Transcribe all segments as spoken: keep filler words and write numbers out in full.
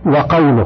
وقوله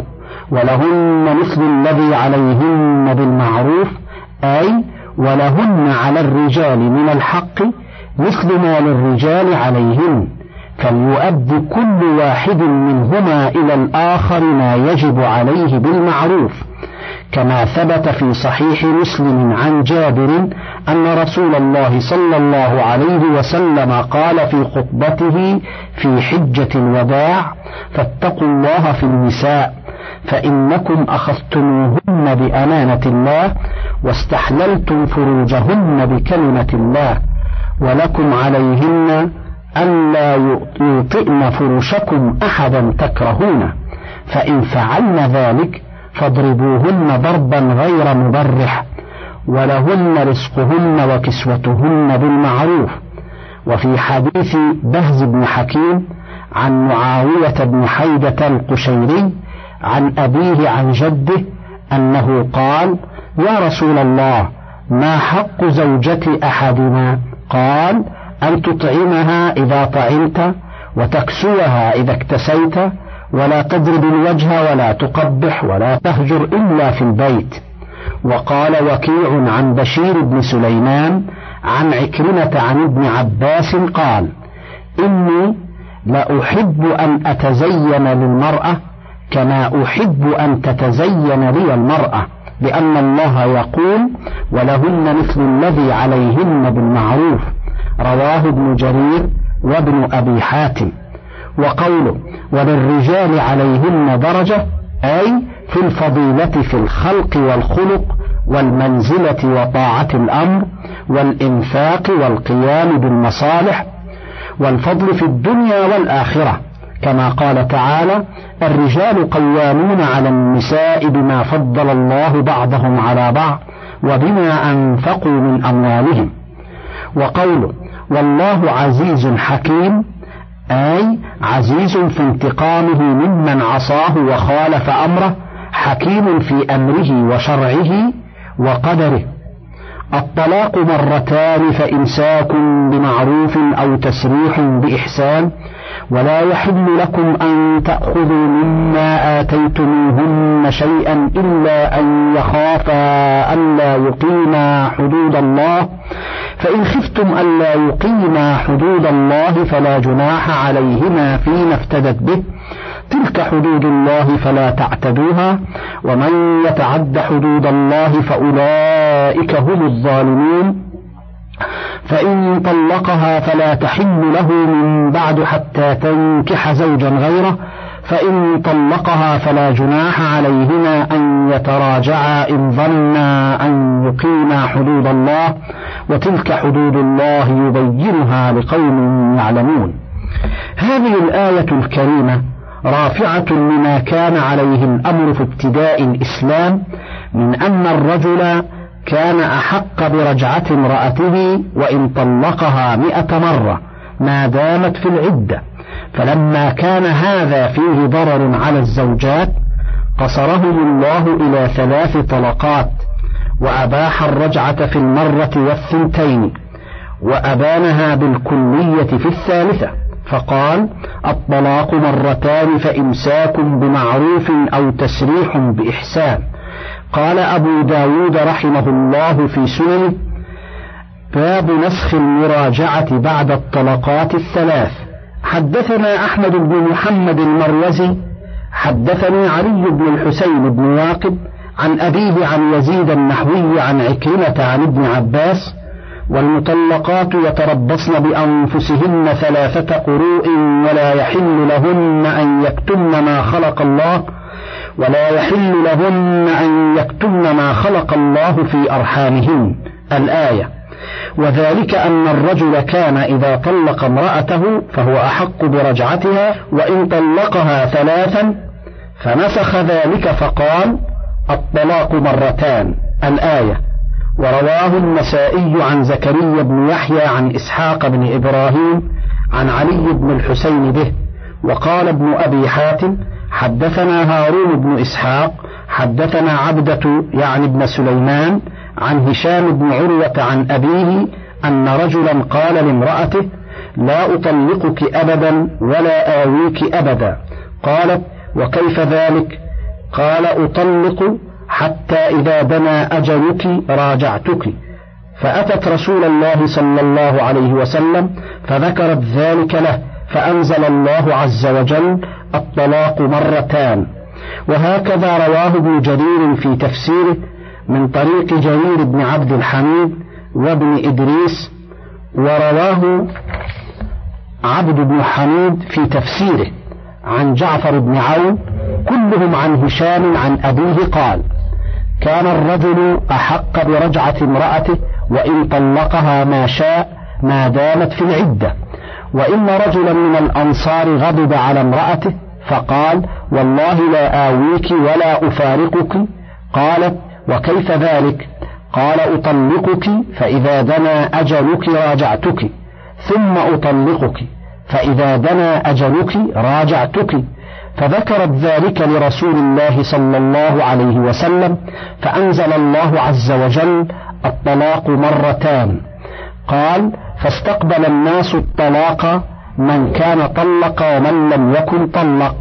ولهن مثل الذي عليهن بالمعروف أي ولهن على الرجال من الحق مثل ما للرجال عليهن، فليؤدي كل واحد منهما إلى الآخر ما يجب عليه بالمعروف، كما ثبت في صحيح مسلم عن جابر أن رسول الله صلى الله عليه وسلم قال في خطبته في حجة الوداع: فاتقوا الله في النساء فإنكم أخذتموهن بأمانة الله واستحللتم فروجهن بكلمة الله، ولكم عليهن ألا يطئن فرشكم أحدا تكرهونه، فإن فعلن ذلك فاضربوهن ضربا غير مبرح، ولهن رزقهن وكسوتهن بالمعروف. وفي حديث بهز بن حكيم عن معاوية بن حيدة القشيري عن أبيه عن جده أنه قال: يا رسول الله، ما حق زوجة أحدنا؟ قال: أن تطعمها إذا طعمت، وتكسوها إذا اكتسيت، ولا تضرب الوجه ولا تقبح ولا تهجر إلا في البيت. وقال وكيع عن بشير بن سليمان عن عكرمة عن ابن عباس قال: إني لأحب أن أتزين للمرأة كما أحب أن تتزين لي المرأة، لأن الله يقول: ولهن مثل الذي عليهن بالمعروف. رواه ابن جرير وابن أبي حاتم. وقوله وللرجال عليهن درجة أي في الفضيلة في الخلق والخلق والمنزلة وطاعة الأمر والإنفاق والقيام بالمصالح والفضل في الدنيا والآخرة، كما قال تعالى: الرجال قوامون على النساء بما فضل الله بعضهم على بعض وبما أنفقوا من أموالهم. وقوله والله عزيز حكيم أي عزيز في انتقامه ممن عصاه وخالف أمره، حكيم في أمره وشرعه وقدره. الطلاق مرتان فإمساك بمعروف أو تسريح بإحسان، ولا يحل لكم أن تأخذوا مما آتيتموهن شيئا إلا أن يخافا ألا يقيما حدود الله، فإن خفتم ألا يقيما حدود الله فلا جناح عليهما فيما افتدت به، تلك حدود الله فلا تعتدوها، ومن يتعد حدود الله فأولئك هم الظالمون. فإن طلقها فلا تحل له من بعد حتى تنكح زوجا غيره، فإن طلقها فلا جناح عليهما أن يتراجعا إن ظنا أن يقيما حدود الله، وتلك حدود الله يبينها لقوم يعلمون. هذه الآية الكريمة رافعة لما كان عليه الأمر في ابتداء الإسلام من أن الرجل كان أحق برجعة امرأته وإن طلقها مئة مرة ما دامت في العدة، فلما كان هذا فيه ضرر على الزوجات قصرهم الله إلى ثلاث طلقات، وأباح الرجعة في المرة والثنتين، وأبانها بالكلية في الثالثة، فقال: الطلاق مرتان فإمساك بمعروف أو تسريح بإحسان. قال أبو داود رحمه الله في سننه: باب نسخ المراجعة بعد الطلقات الثلاث. حدثنا أحمد بن محمد المروزي حدثني علي بن الحسين بن واقد عن أبيه عن يزيد النحوي عن عكرمة عن ابن عباس: والمطلقات يتربصن بأنفسهن ثلاثة قروء ولا يحل لهن أن يكتمن ما خلق الله ولا يحل لهن أن يكتمن ما خلق الله في أرحامهن. الآية. وذلك أن الرجل كان إذا طلق امرأته فهو أحق برجعتها، وإن طلقها ثلاثا فنسخ ذلك فقال: الطلاق مرتان. الآية. ورواه النسائي عن زكريا بن يحيى عن إسحاق بن إبراهيم عن علي بن الحسين به. وقال ابن أبي حاتم: حدثنا هارون بن إسحاق حدثنا عبدة يعني ابن سليمان عن هشام بن عروة عن أبيه أن رجلا قال لامرأته: لا أطلقك أبدا ولا آويك أبدا. قالت: وكيف ذلك؟ قال أطلق حتى إذا دنا أجلك راجعتك. فأتت رسول الله صلى الله عليه وسلم فذكرت ذلك له، فأنزل الله عز وجل الطلاق مرتان. وهكذا رواه ابن جرير في تفسيره من طريق جرير بن عبد الحميد وابن إدريس، ورواه عبد بن حميد في تفسيره عن جعفر بن عون، كلهم عن هشام عن أبيه قال: كان الرجل أحق برجعة امرأته وإن طلقها ما شاء ما دامت في العدة. وإن رجلا من الأنصار غضب على امرأته فقال: والله لا آويك ولا أفارقك. قالت: وكيف ذلك؟ قال: أطلقك فإذا دنا أجلك راجعتك، ثم أطلقك فإذا دنا أجلك راجعتك. فذكرت ذلك لرسول الله صلى الله عليه وسلم، فأنزل الله عز وجل الطلاق مرتان. قال: فاستقبل الناس الطلاق، من كان طلق ومن لم يكن طلق.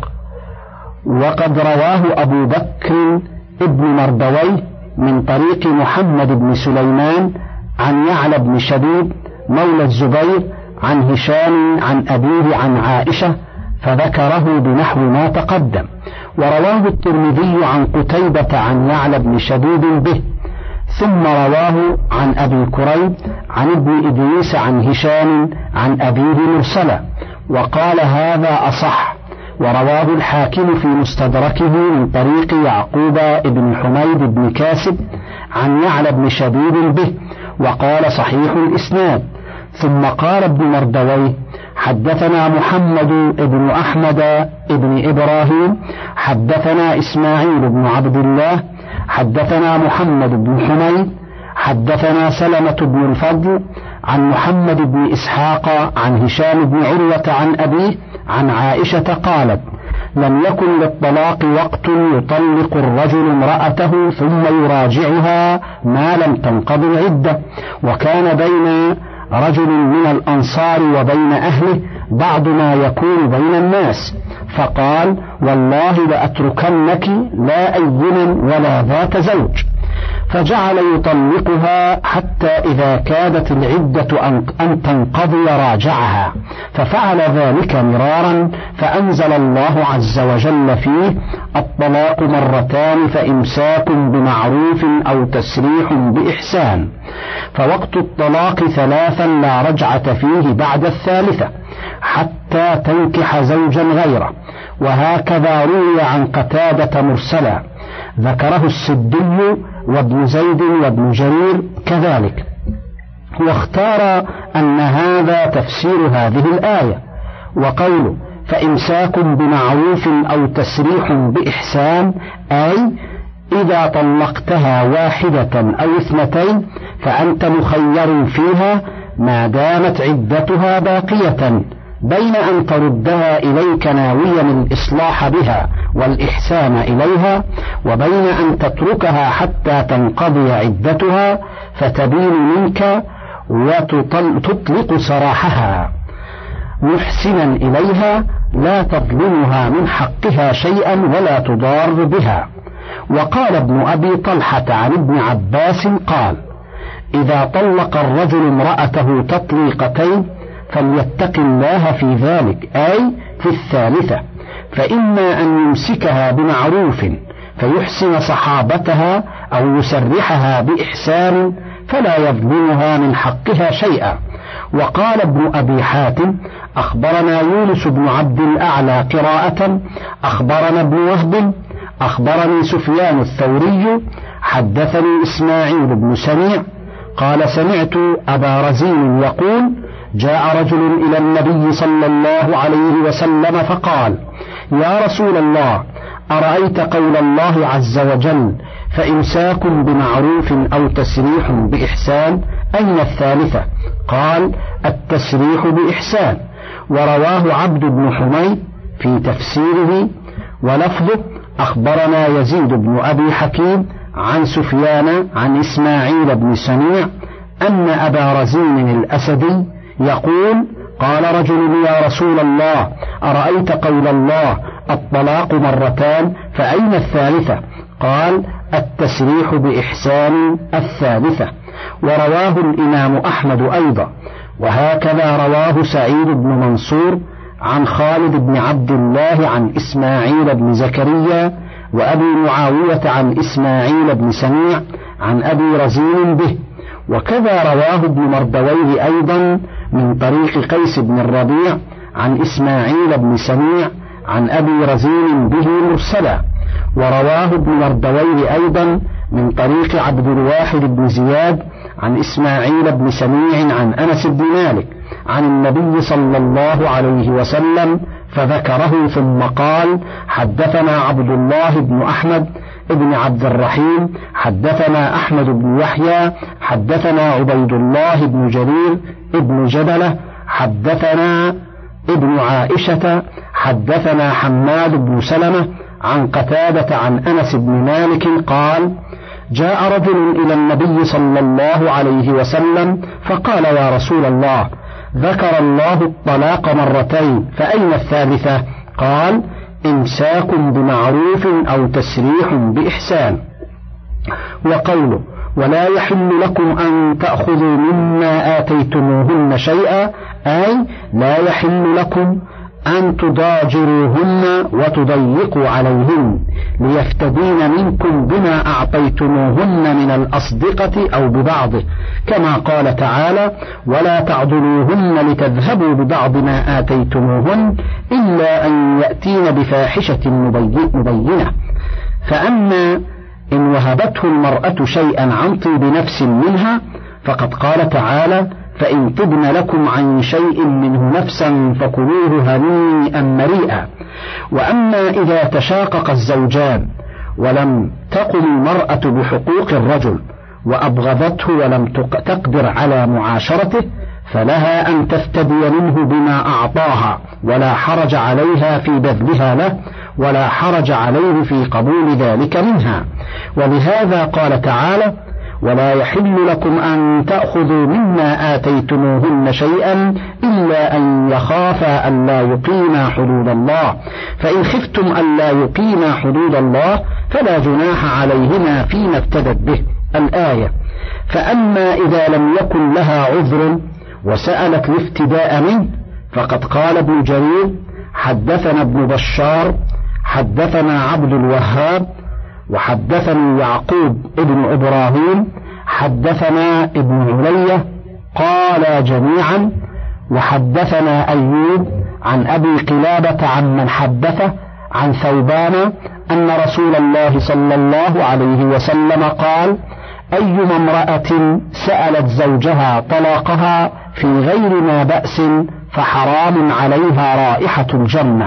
وقد رواه أبو بكر ابن مردويه من طريق محمد بن سليمان عن يعلى بن شبيب مولى الزبير عن هشام عن أبيه عن عائشة، فذكره بنحو ما تقدم. ورواه الترمذي عن قتيبة عن يعلى بن شبيب به، ثم رواه عن أبي كريب عن ابن إدريس عن هشام عن أبيه مرسلا، وقال هذا أصح. ورواه الحاكم في مستدركه من طريق يعقوب بن حميد بن كاسب عن يعلى بن شبيب به، وقال صحيح الإسناد. ثم قال ابن مردويه: حدثنا محمد بن أحمد بن إبراهيم حدثنا إسماعيل بن عبد الله حدثنا محمد بن حميد حدثنا سلمة بن الفضل عن محمد بن إسحاق عن هشام بن عروة عن أبيه عن عائشة قالت: لم يكن للطلاق وقت يطلق الرجل امرأته ثم يراجعها ما لم تنقض العدة، وكان بين رجل من الأنصار وبين أهله بعض ما يكون بين الناس، فقال: والله لأتركنك لا أينا ولا ذات زوج. فجعل يطلقها حتى إذا كادت العدة أن تنقضي راجعها، ففعل ذلك مرارا، فأنزل الله عز وجل فيه: الطلاق مرتان فإمساك بمعروف أو تسريح بإحسان. فوقت الطلاق ثلاثا لا رجعة فيه بعد الثالثة حتى تنكح زوجا غيره. وهكذا روي عن قتادة مرسلا، ذكره السدي وابن زيد وابن جرير كذلك. واختار أن هذا تفسير هذه الآية. وقوله فإمساك بمعروف أو تسريح بإحسان، أي إذا طلقتها واحدة أو اثنتين فأنت مخير فيها ما دامت عدتها باقية، بين أن تردها إليك ناويا الإصلاح بها والإحسان إليها، وبين أن تتركها حتى تنقضي عدتها فتبين منك وتطلق سراحها محسنا إليها، لا تظلمها من حقها شيئا ولا تضار بها. وقال ابن أبي طلحة عن ابن عباس قال: إذا طلق الرجل امرأته تطليقتين فليتق الله في ذلك، أي في الثالثة، فإما أن يمسكها بمعروف فيحسن صحابتها أو يسرحها بإحسان فلا يظلمها من حقها شيئا. وقال ابن أبي حاتم: أخبرنا يونس بن عبد الأعلى قراءة أخبرنا ابن وهب أخبرني سفيان الثوري حدثني إسماعيل بن سميع قال: سمعت أبا رزين يقول: جاء رجل إلى النبي صلى الله عليه وسلم فقال: يا رسول الله، أرأيت قول الله عز وجل: فإمساك بمعروف أو تسريح بإحسان، أين الثالثة؟ قال: التسريح بإحسان. ورواه عبد بن حميد في تفسيره، ولفظه: أخبرنا يزيد بن أبي حكيم عن سفيان عن إسماعيل بن سميع أن أبا رزين الأسدي يقول: قال رجل: يا رسول الله، أرأيت قول الله: الطلاق مرتان فأين الثالثة؟ قال التسريح بإحسان الثالثة. ورواه الإمام أحمد أيضا، وهكذا رواه سعيد بن منصور عن خالد بن عبد الله عن إسماعيل بن زكريا وأبي معاوية عن إسماعيل بن سميع عن أبي رزين به. وكذا رواه ابن مردويه أيضا من طريق قيس بن الربيع عن إسماعيل بن سميع عن أبي رزين به مرسلا. ورواه ابن مردويه أيضا من طريق عبد الواحد بن زياد عن إسماعيل بن سميع عن أنس بن مالك عن النبي صلى الله عليه وسلم فذكره ثم قال حدثنا عبد الله بن أحمد ابن عبد الرحيم حدثنا أحمد بن يحيى حدثنا عبيد الله بن جرير ابن جبلة حدثنا ابن عائشة حدثنا حماد بن سلمة عن قتادة عن أنس بن مالك قال جاء رجل إلى النبي صلى الله عليه وسلم فقال يا رسول الله ذكر الله الطلاق مرتين فأين الثالثة؟ قال إمساك بمعروف أو تسريح بإحسان. وقوله ولا يحل لكم أن تأخذوا مما آتيتموهن شيئا أي لا يحل لكم أن تضاجروهن وتضيقوا عليهن ليفتدين منكم بما أعطيتموهن من الأصدقة أو ببعضه، كما قال تعالى ولا تعضلوهن لتذهبوا ببعض ما آتيتموهن إلا أن يأتين بفاحشة مبينة. فأما إن وهبته المرأة شيئا عن طيب نفس منها فقد قال تعالى فإن تبن لكم عن شيء منه نفسا فكلوه هنيئا مريئا. وأما إذا تشاقق الزوجان ولم تقم المرأة بحقوق الرجل وأبغضته ولم تقدر على معاشرته فلها أن تفتدي منه بما أعطاها ولا حرج عليها في بذلها له ولا حرج عليه في قبول ذلك منها. ولهذا قال تعالى ولا يحل لكم أن تأخذوا مما آتيتموهن شيئا إلا أن يخافا ألا يقيما حدود الله، فإن خفتم ألا يقيما حدود الله فلا جناح عليهما فيما افتدت به الآية. فأما إذا لم يكن لها عذر وسألت الافتداء منه فقد قال ابن جرير حدثنا ابن بشار حدثنا عبد الوهاب وحدثني يعقوب ابن إبراهيم حدثنا ابن علية قالا جميعا وحدثنا أيوب عن أبي قلابة عن من حدثه عن ثوبان أن رسول الله صلى الله عليه وسلم قال أيما امرأة سألت زوجها طلاقها في غير ما بأس فحرام عليها رائحة الجنة.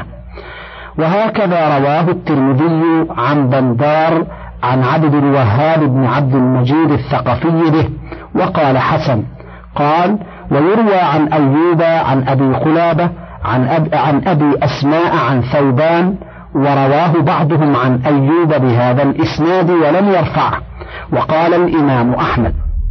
وهكذا رواه الترمذي عن بندار عن عبد الوهاب بن عبد المجيد الثقفي به وقال حسن. قال ويروى عن أيوب عن أبي قلابة عن, أب عن أبي أسماء عن ثوبان ورواه بعضهم عن أيوب بهذا الإسناد ولم يرفعه. وقال الإمام أحمد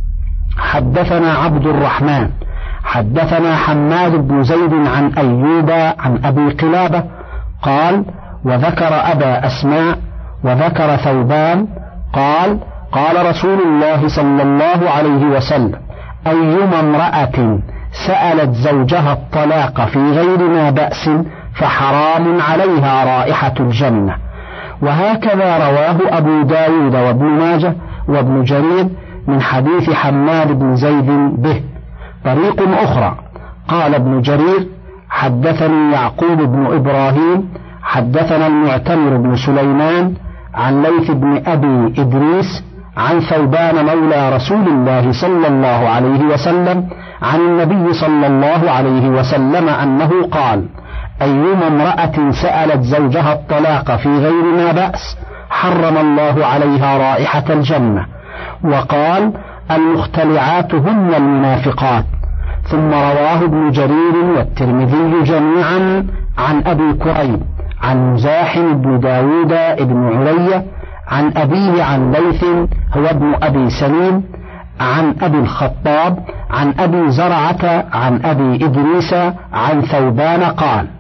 حدثنا عبد الرحمن حدثنا حماد بن زيد عن أيوب عن أبي قلابة قال وذكر أبا أسماء وذكر ثوبان قال قال رسول الله صلى الله عليه وسلم أيما امرأة سألت زوجها الطلاق في غير ما بأس فحرام عليها رائحة الجنة. وهكذا رواه أبو داود وابن ماجه وابن جرير من حديث حماد بن زيد به. طريق أخرى قال ابن جرير حدثني يعقوب بن إبراهيم حدثنا المعتمر بن سليمان عن ليث بن أبي إدريس عن ثوبان مولى رسول الله صلى الله عليه وسلم عن النبي صلى الله عليه وسلم أنه قال أيما امرأة سألت زوجها الطلاق في غير ما بأس حرم الله عليها رائحة الجنة. وقال المختلعات هن المنافقات. ثم رواه ابن جرير والترمذي جميعا عن أبي كريب عن مزاحم بن داود ابن علية عن أبيه عن ليث هو ابن أبي سليم عن أبي الخطاب عن أبي زرعة عن أبي إدريس عن ثوبان قال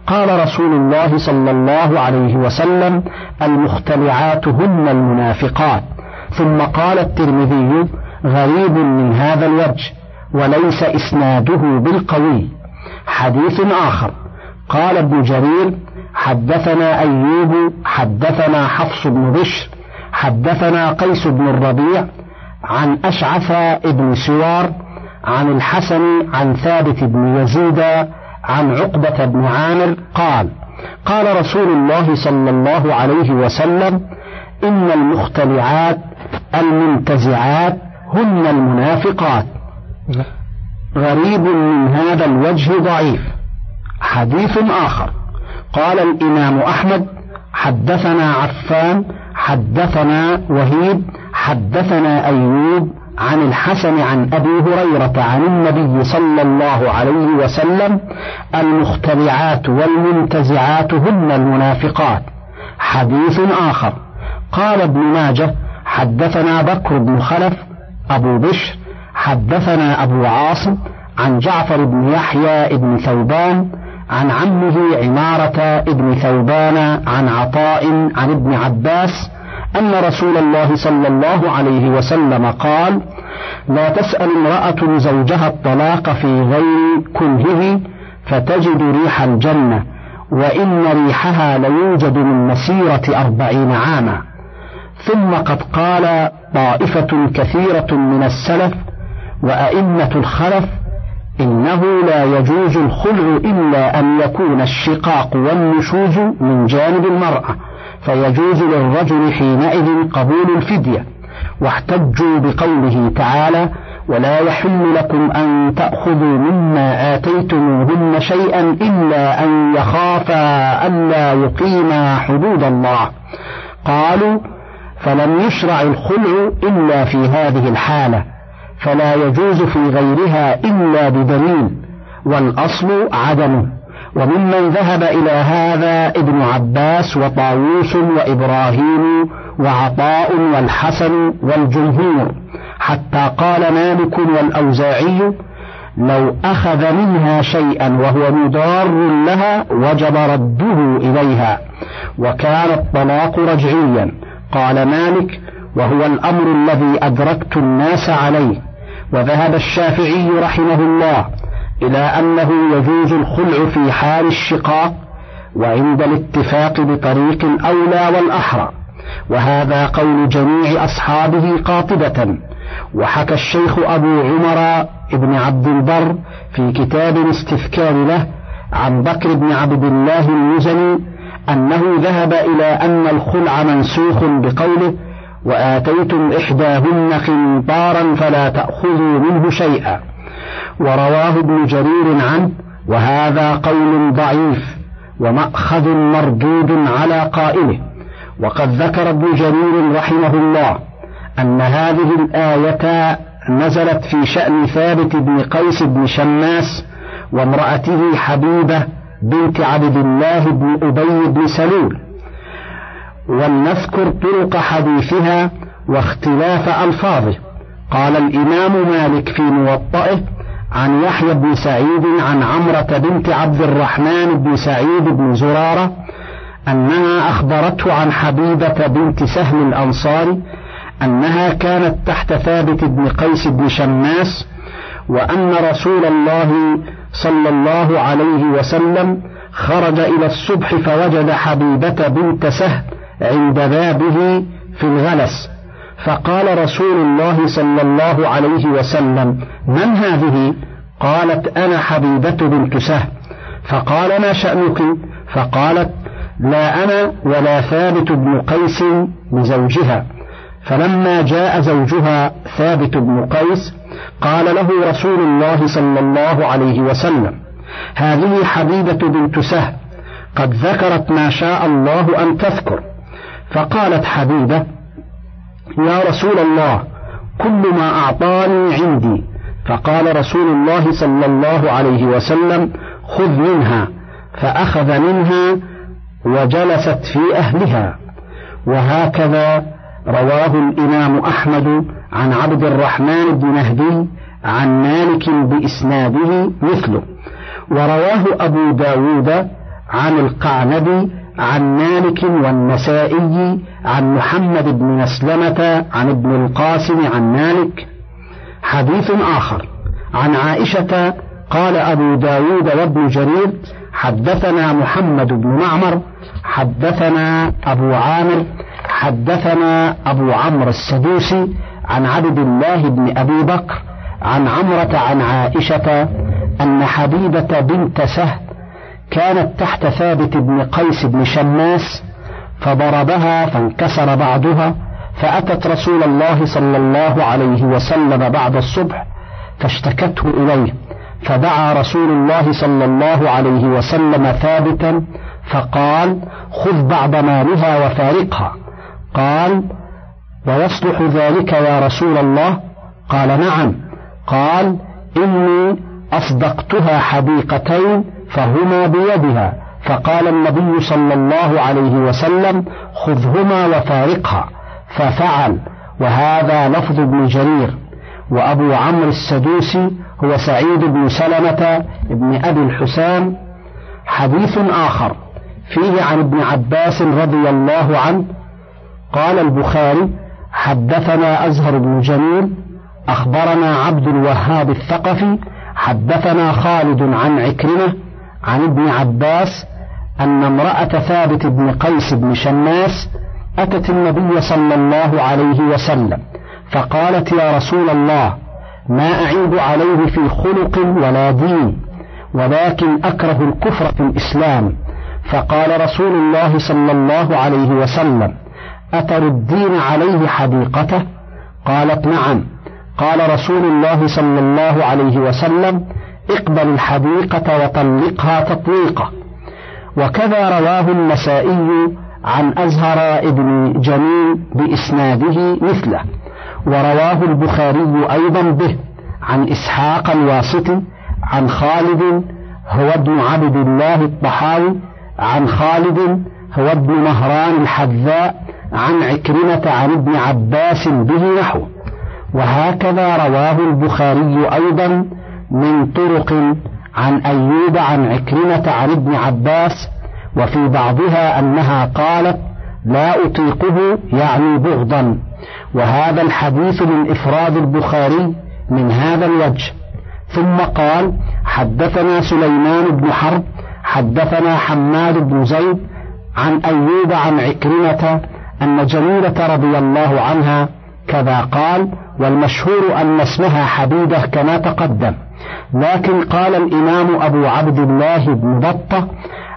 قال رسول الله صلى الله عليه وسلم: المختلعات هن المنافقات. ثم قال الترمذي: غريب من هذا الوجه، وليس إسناده بالقوي. حديث آخر: قال ابن جرير: حدثنا أيوب حدثنا حفص بن بشر حدثنا قيس بن الربيع عن أشعث بن سوار عن الحسن عن ثابت بن يزيد عن عقبة بن عامر قال: قال رسول الله صلى الله عليه وسلم: إن المختلعات المنتزعات هن المنافقات. غريب من هذا الوجه ضعيف. حديث آخر: قال الإمام أحمد: حدثنا عفان حدثنا وهيب حدثنا أيوب عن الحسن عن أبي هريرة عن النبي صلى الله عليه وسلم: المختلعات والمنتزعات هن المنافقات. حديث آخر: قال ابن ماجه: حدثنا بكر بن خلف أبو بشر حدثنا أبو عاصم عن جعفر بن يحيى بن ثوبان عن عمه عمارة ابن ثوبان عن عطاء عن ابن عباس أن رسول الله صلى الله عليه وسلم قال: لا تسأل امرأة زوجها الطلاق في غير كنهه فتجد ريح الجنة، وإن ريحها ليوجد من مسيرة أربعين عاما. ثم قد قال طائفة كثيرة من السلف وأئمة الخلف: إنه لا يجوز الخلع إلا أن يكون الشقاق والنشوز من جانب المرأة، فيجوز للرجل حينئذ قبول الفدية. واحتجوا بقوله تعالى: ولا يحل لكم أن تأخذوا مما آتيتموهن شيئا إلا أن يخافا ألا يقيما حدود الله. قالوا: فلم يشرع الخلع إلا في هذه الحالة، فلا يجوز في غيرها إلا بدليل، والأصل عدمه. وممن ذهب إلى هذا ابن عباس وطاووس وإبراهيم وعطاء والحسن والجمهور، حتى قال مالك والأوزاعي: لو أخذ منها شيئا وهو مضار لها وجب رده إليها، وكان الطلاق رجعيا. قال مالك: وهو الأمر الذي أدركت الناس عليه. وذهب الشافعي رحمه الله إلى أنه يجوز الخلع في حال الشقاق، وعند الاتفاق بطريق الأولى والأحرى، وهذا قول جميع أصحابه قاطبة. وحكى الشيخ أبو عمر ابن عبد البر في كتاب استذكار له عن بكر بن عبد الله المزني أنه ذهب إلى أن الخلع منسوخ بقوله: وآتيتم إحداهن قنطارا فلا تأخذوا منه شيئا. ورواه ابن جرير عنه، وهذا قول ضعيف ومأخذ مردود على قائله. وقد ذكر ابن جرير رحمه الله أن هذه الآية نزلت في شأن ثابت بن قيس بن شماس وامرأته حبيبة بنت عبد الله بن أبي بن سلول، ولنذكر طرق حديثها واختلاف ألفاظه. قال الإمام مالك في موطئه عن يحيى بن سعيد عن عمرة بنت عبد الرحمن بن سعيد بن زرارة أنها أخبرته عن حبيبة بنت سهم الأنصاري أنها كانت تحت ثابت بن قيس بن شماس، وأن رسول الله صلى الله عليه وسلم خرج إلى الصبح فوجد حبيبة بنت سهم عند بابه في الغلس، فقال رسول الله صلى الله عليه وسلم: من هذه؟ قالت: أنا حبيبة بنت سهم. فقال: ما شأنك؟ فقالت: لا أنا ولا ثابت بن قيس بزوجها. فلما جاء زوجها ثابت بن قيس قال له رسول الله صلى الله عليه وسلم: هذه حبيبة بنت سهم قد ذكرت ما شاء الله أن تذكر. فقالت حبيبة: يا رسول الله، كل ما أعطاني عندي. فقال رسول الله صلى الله عليه وسلم: خذ منها. فأخذ منها وجلست في أهلها. وهكذا رواه الإمام أحمد عن عبد الرحمن بن مهدي عن مالك بإسناده مثله. ورواه أبو داود عن القعنبي عن مالك والنسائي عن محمد بن مسلمة عن ابن القاسم عن مالك. حديث آخر عن عائشة قال أبو داود وابن جرير حدثنا محمد بن معمر حدثنا أبو عامر حدثنا أبو عمرو السدوسي عن عبد الله بن أبي بكر عن عمرة عن عائشة أن حبيبة بنت سهل كانت تحت ثابت بن قيس بن شماس فضربها فانكسر بعضها، فأتت رسول الله صلى الله عليه وسلم بعد الصبح فاشتكته إليه، فدعا رسول الله صلى الله عليه وسلم ثابتا فقال: خذ بعض مالها وفارقها. قال: ويصلح ذلك يا رسول الله؟ قال: نعم. قال: إني أصدقتها حديقتين فهما بيدها، فقال النبي صلى الله عليه وسلم: خذهما وفارقها، ففعل. وهذا لفظ ابن جرير. وأبو عمرو السدوسي هو سعيد بن سلمة بن أبي الحسام. حديث آخر فيه عن ابن عباس رضي الله عنه قال البخاري: حدثنا أزهر بن جميل أخبرنا عبد الوهاب الثقفي حدثنا خالد عن عكرمة عن ابن عباس أن امرأة ثابت بن قيس بن شماس أتت النبي صلى الله عليه وسلم فقالت: يا رسول الله، ما أعيب عليه في خلق ولا دين، ولكن أكره الكفر في الإسلام. فقال رسول الله صلى الله عليه وسلم: أتردين عليه حديقته؟ قالت: نعم. قال رسول الله صلى الله عليه وسلم: اقبل الحديقة وطلقها تطليقة. وكذا رواه النسائي عن أزهر ابن جميل بإسناده مثله، ورواه البخاري أيضا به عن إسحاق الواسطي عن خالد هو ابن عبد الله الطحاوي عن خالد هو ابن مهران الحذاء عن عكرمة عن ابن عباس به نحو. وهكذا رواه البخاري أيضا من طرق عن أيوب عن عكرمة عن ابن عباس، وفي بعضها أنها قالت: لا أطيقه، يعني بغضا. وهذا الحديث من إفراد البخاري من هذا الوجه. ثم قال: حدثنا سليمان بن حرب حدثنا حماد بن زيد عن أيوب عن عكرمة أن جميلة رضي الله عنها كذا قال، والمشهور أن اسمها حبيبة كما تقدم. لكن قال الإمام أبو عبد الله بن بطة: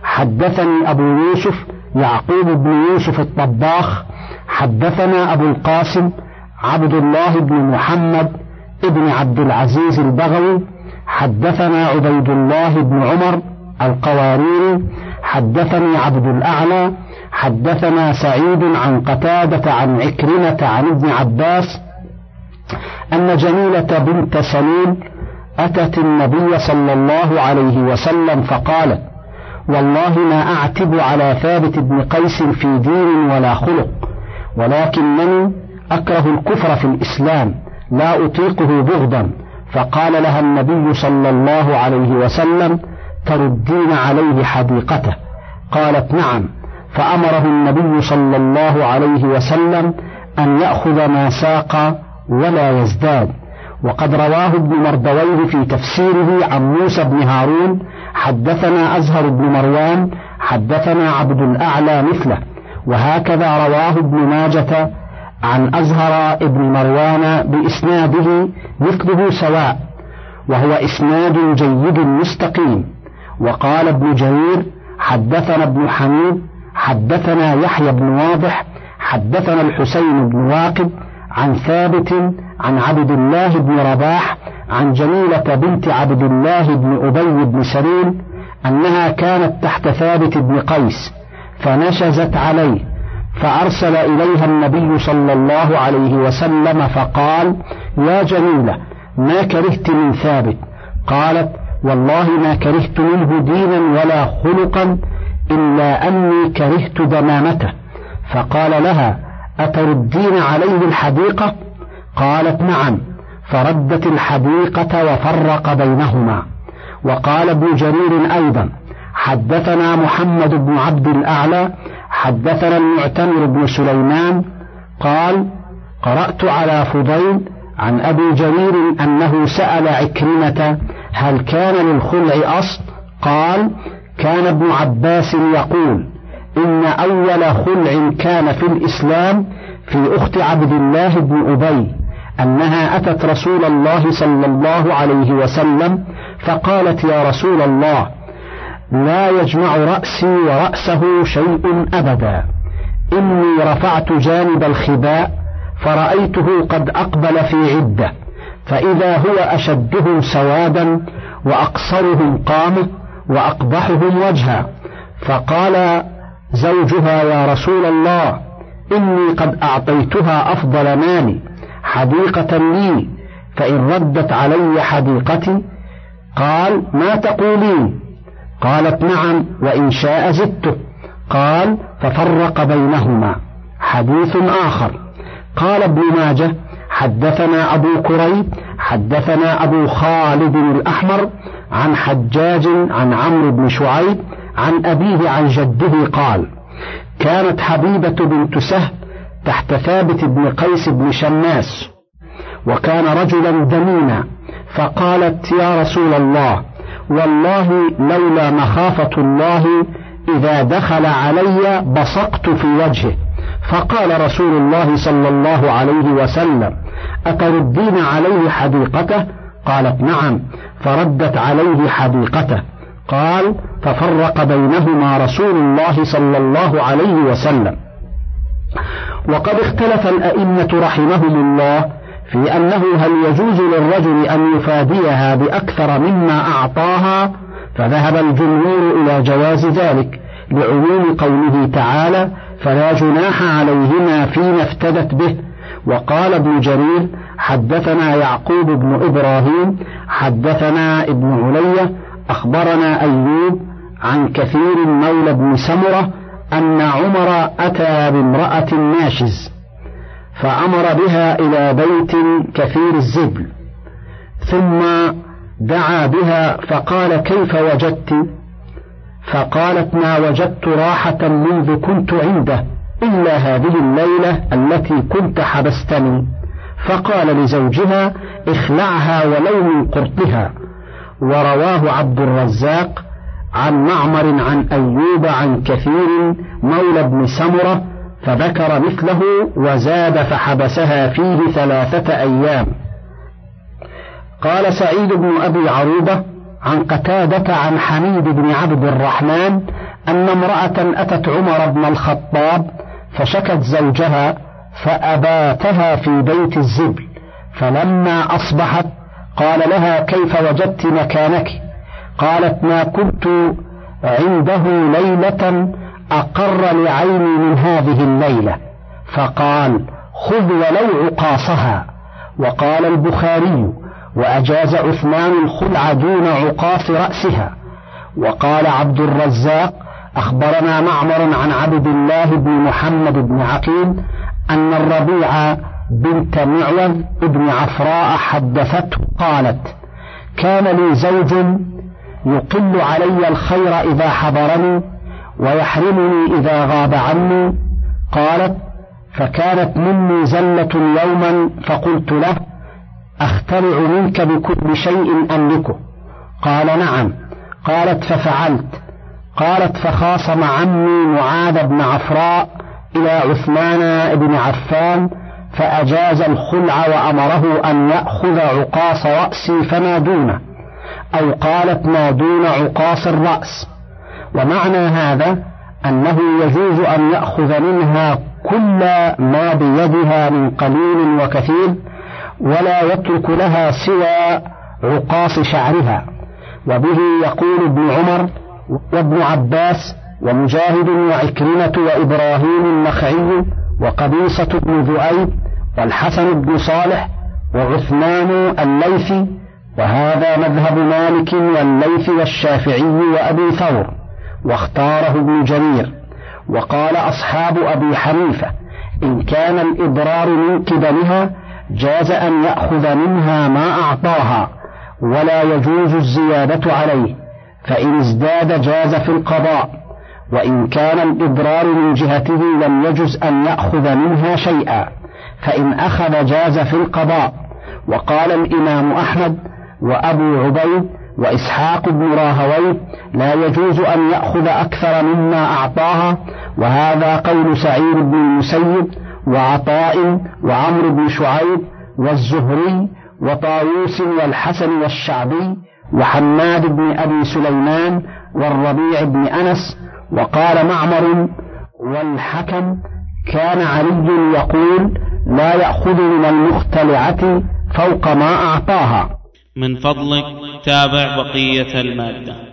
حدثني أبو يوسف يعقوب بن يوسف الطباخ حدثنا أبو القاسم عبد الله بن محمد ابن عبد العزيز البغوي حدثنا عبيد الله بن عمر القواريري حدثني عبد الأعلى حدثنا سعيد عن قتادة عن عكرمة عن ابن عباس أن جميلة بنت سليم أتت النبي صلى الله عليه وسلم فقالت: والله ما أعتب على ثابت بن قيس في دين ولا خلق، ولكنني أكره الكفر في الإسلام، لا أطيقه بغضا. فقال لها النبي صلى الله عليه وسلم: تردين عليه حديقته؟ قالت: نعم. فأمره النبي صلى الله عليه وسلم أن يأخذ ما ساق ولا يزداد. وقد رواه ابن مردويه في تفسيره عن موسى بن هارون حدثنا أزهر بن مروان حدثنا عبد الأعلى مثله. وهكذا رواه ابن ماجة عن أزهر ابن مروان بإسناده مثله سواء، وهو إسناد جيد مستقيم. وقال ابن جرير: حدثنا ابن حميد حدثنا يحيى بن واضح حدثنا الحسين بن واقد عن ثابت عن عبد الله بن رباح عن جميلة بنت عبد الله بن أبي بن سلول أنها كانت تحت ثابت بن قيس فنشزت عليه، فأرسل إليها النبي صلى الله عليه وسلم فقال: يا جميلة، ما كرهت من ثابت؟ قالت: والله ما كرهت منه دينا ولا خلقا إلا أني كرهت دمامته. فقال لها: أتردين عليه الحديقة؟ قالت: نعم. فردت الحديقة وفرق بينهما. وقال ابن جرير أيضا: حدثنا محمد بن عبد الأعلى حدثنا المعتمر بن سليمان قال قرأت على فضيل عن أبي جرير أنه سأل عكرمة هل كان للخلع أصل؟ قال كان ابن عباس يقول إن أول خلع كان في الإسلام في أخت عبد الله بن أبي أنها أتت رسول الله صلى الله عليه وسلم فقالت يا رسول الله لا يجمع رأسي ورأسه شيء أبدا، إني رفعت جانب الخباء فرأيته قد أقبل في عدة، فإذا هو أشدهم سوادا وأقصرهم قامة وأقبحهم وجها. فقال زوجها يا رسول الله إني قد أعطيتها أفضل مالي حديقة لي، فإن ردت علي حديقتي. قال ما تقولين؟ قالت نعم وإن شاء زدته. قال ففرق بينهما. حديث آخر. قال ابن ماجه حدثنا أبو كريب حدثنا أبو خالد الأحمر عن حجاج عن عمرو بن شعيب عن أبيه عن جده قال كانت حبيبة بنت سهل تحت ثابت بن قيس بن شماس وكان رجلا دمينا، فقالت يا رسول الله والله لولا مخافة الله إذا دخل علي بصقت في وجهه. فقال رسول الله صلى الله عليه وسلم أتردين عليه حديقته؟ قالت نعم، فردت عليه حديقته. قال ففرق بينهما رسول الله صلى الله عليه وسلم. وقد اختلف الأئمة رحمهم الله في أنه هل يجوز للرجل أن يفاديها بأكثر مما أعطاها، فذهب الجمهور إلى جواز ذلك لعموم قوله تعالى فلا جناح عليهما فيما افتدت به. وقال ابن جرير حدثنا يعقوب بن إبراهيم حدثنا ابن علية أخبرنا أيوب عن كثير مولى بن سمرة أن عمر أتى بامرأة ناشز فأمر بها إلى بيت كثير الزبل، ثم دعا بها فقال كيف وجدت؟ فقالت ما وجدت راحة منذ كنت عنده إلا هذه الليلة التي كنت حبستني. فقال لزوجها اخلعها ولو من قرطها. ورواه عبد الرزاق عن معمر عن أيوب عن كثير مولى بن سمرة فذكر مثله وزاد فحبسها فيه ثلاثة أيام. قال سعيد بن أبي عروبة عن قتادة عن حميد بن عبد الرحمن أن امرأة أتت عمر بن الخطاب فشكت زوجها فأباتها في بيت الزبل، فلما أصبحت قال لها كيف وجدت مكانك؟ قالت ما كنت عنده ليلة أقر لعيني من هذه الليلة. فقال خذ ولو عقاصها. وقال البخاري وأجاز عثمان الخلع دون عقاص رأسها. وقال عبد الرزاق أخبرنا معمر عن عبد الله بن محمد بن عقيل أن الربيع بنت معوذ ابن عفراء حدثته قالت كان لي زوج يقل علي الخير إذا حضرني ويحرمني إذا غاب عني. قالت فكانت مني زلة يوما فقلت له أخترع منك بكل شيء أملكه؟ قال نعم. قالت ففعلت. قالت فخاصم عمي معاذ بن عفراء إلى عثمان بن عفان فأجاز الخلع وأمره أن يأخذ عقاص رأسي فما دونه، أو قالت ما دون عقاص الرأس. ومعنى هذا أنه يجوز أن يأخذ منها كل ما بيدها من قليل وكثير ولا يترك لها سوى عقاص شعرها. وبه يقول ابن عمر وابن عباس ومجاهد وعكرمة وإبراهيم النخعي وقبيصة بن ذؤيب والحسن بن صالح وعثمان الليثي، وهذا مذهب مالك والليث والشافعي وأبي ثور، واختاره ابن جرير. وقال أصحاب أبي حنيفة إن كان الإضرار من قبلها جاز أن يأخذ منها ما أعطاها ولا يجوز الزيادة عليه، فإن ازداد جاز في القضاء، وإن كان الإضرار من جهته لم يجز أن يأخذ منها شيئا، فإن أخذ جاز في القضاء. وقال الإمام أحمد وأبو عبيد وإسحاق بن راهويه لا يجوز أن يأخذ أكثر مما أعطاها، وهذا قول سعيد بن المسيب وعطاء وعمرو بن شعيب والزهري وطاووس والحسن والشعبي وحماد بن أبي سليمان والربيع بن أنس. وقال معمر والحكم كان علي يقول لا يأخذ من المختلعة فوق ما أعطاها. من فضلك تابع بقية المادة.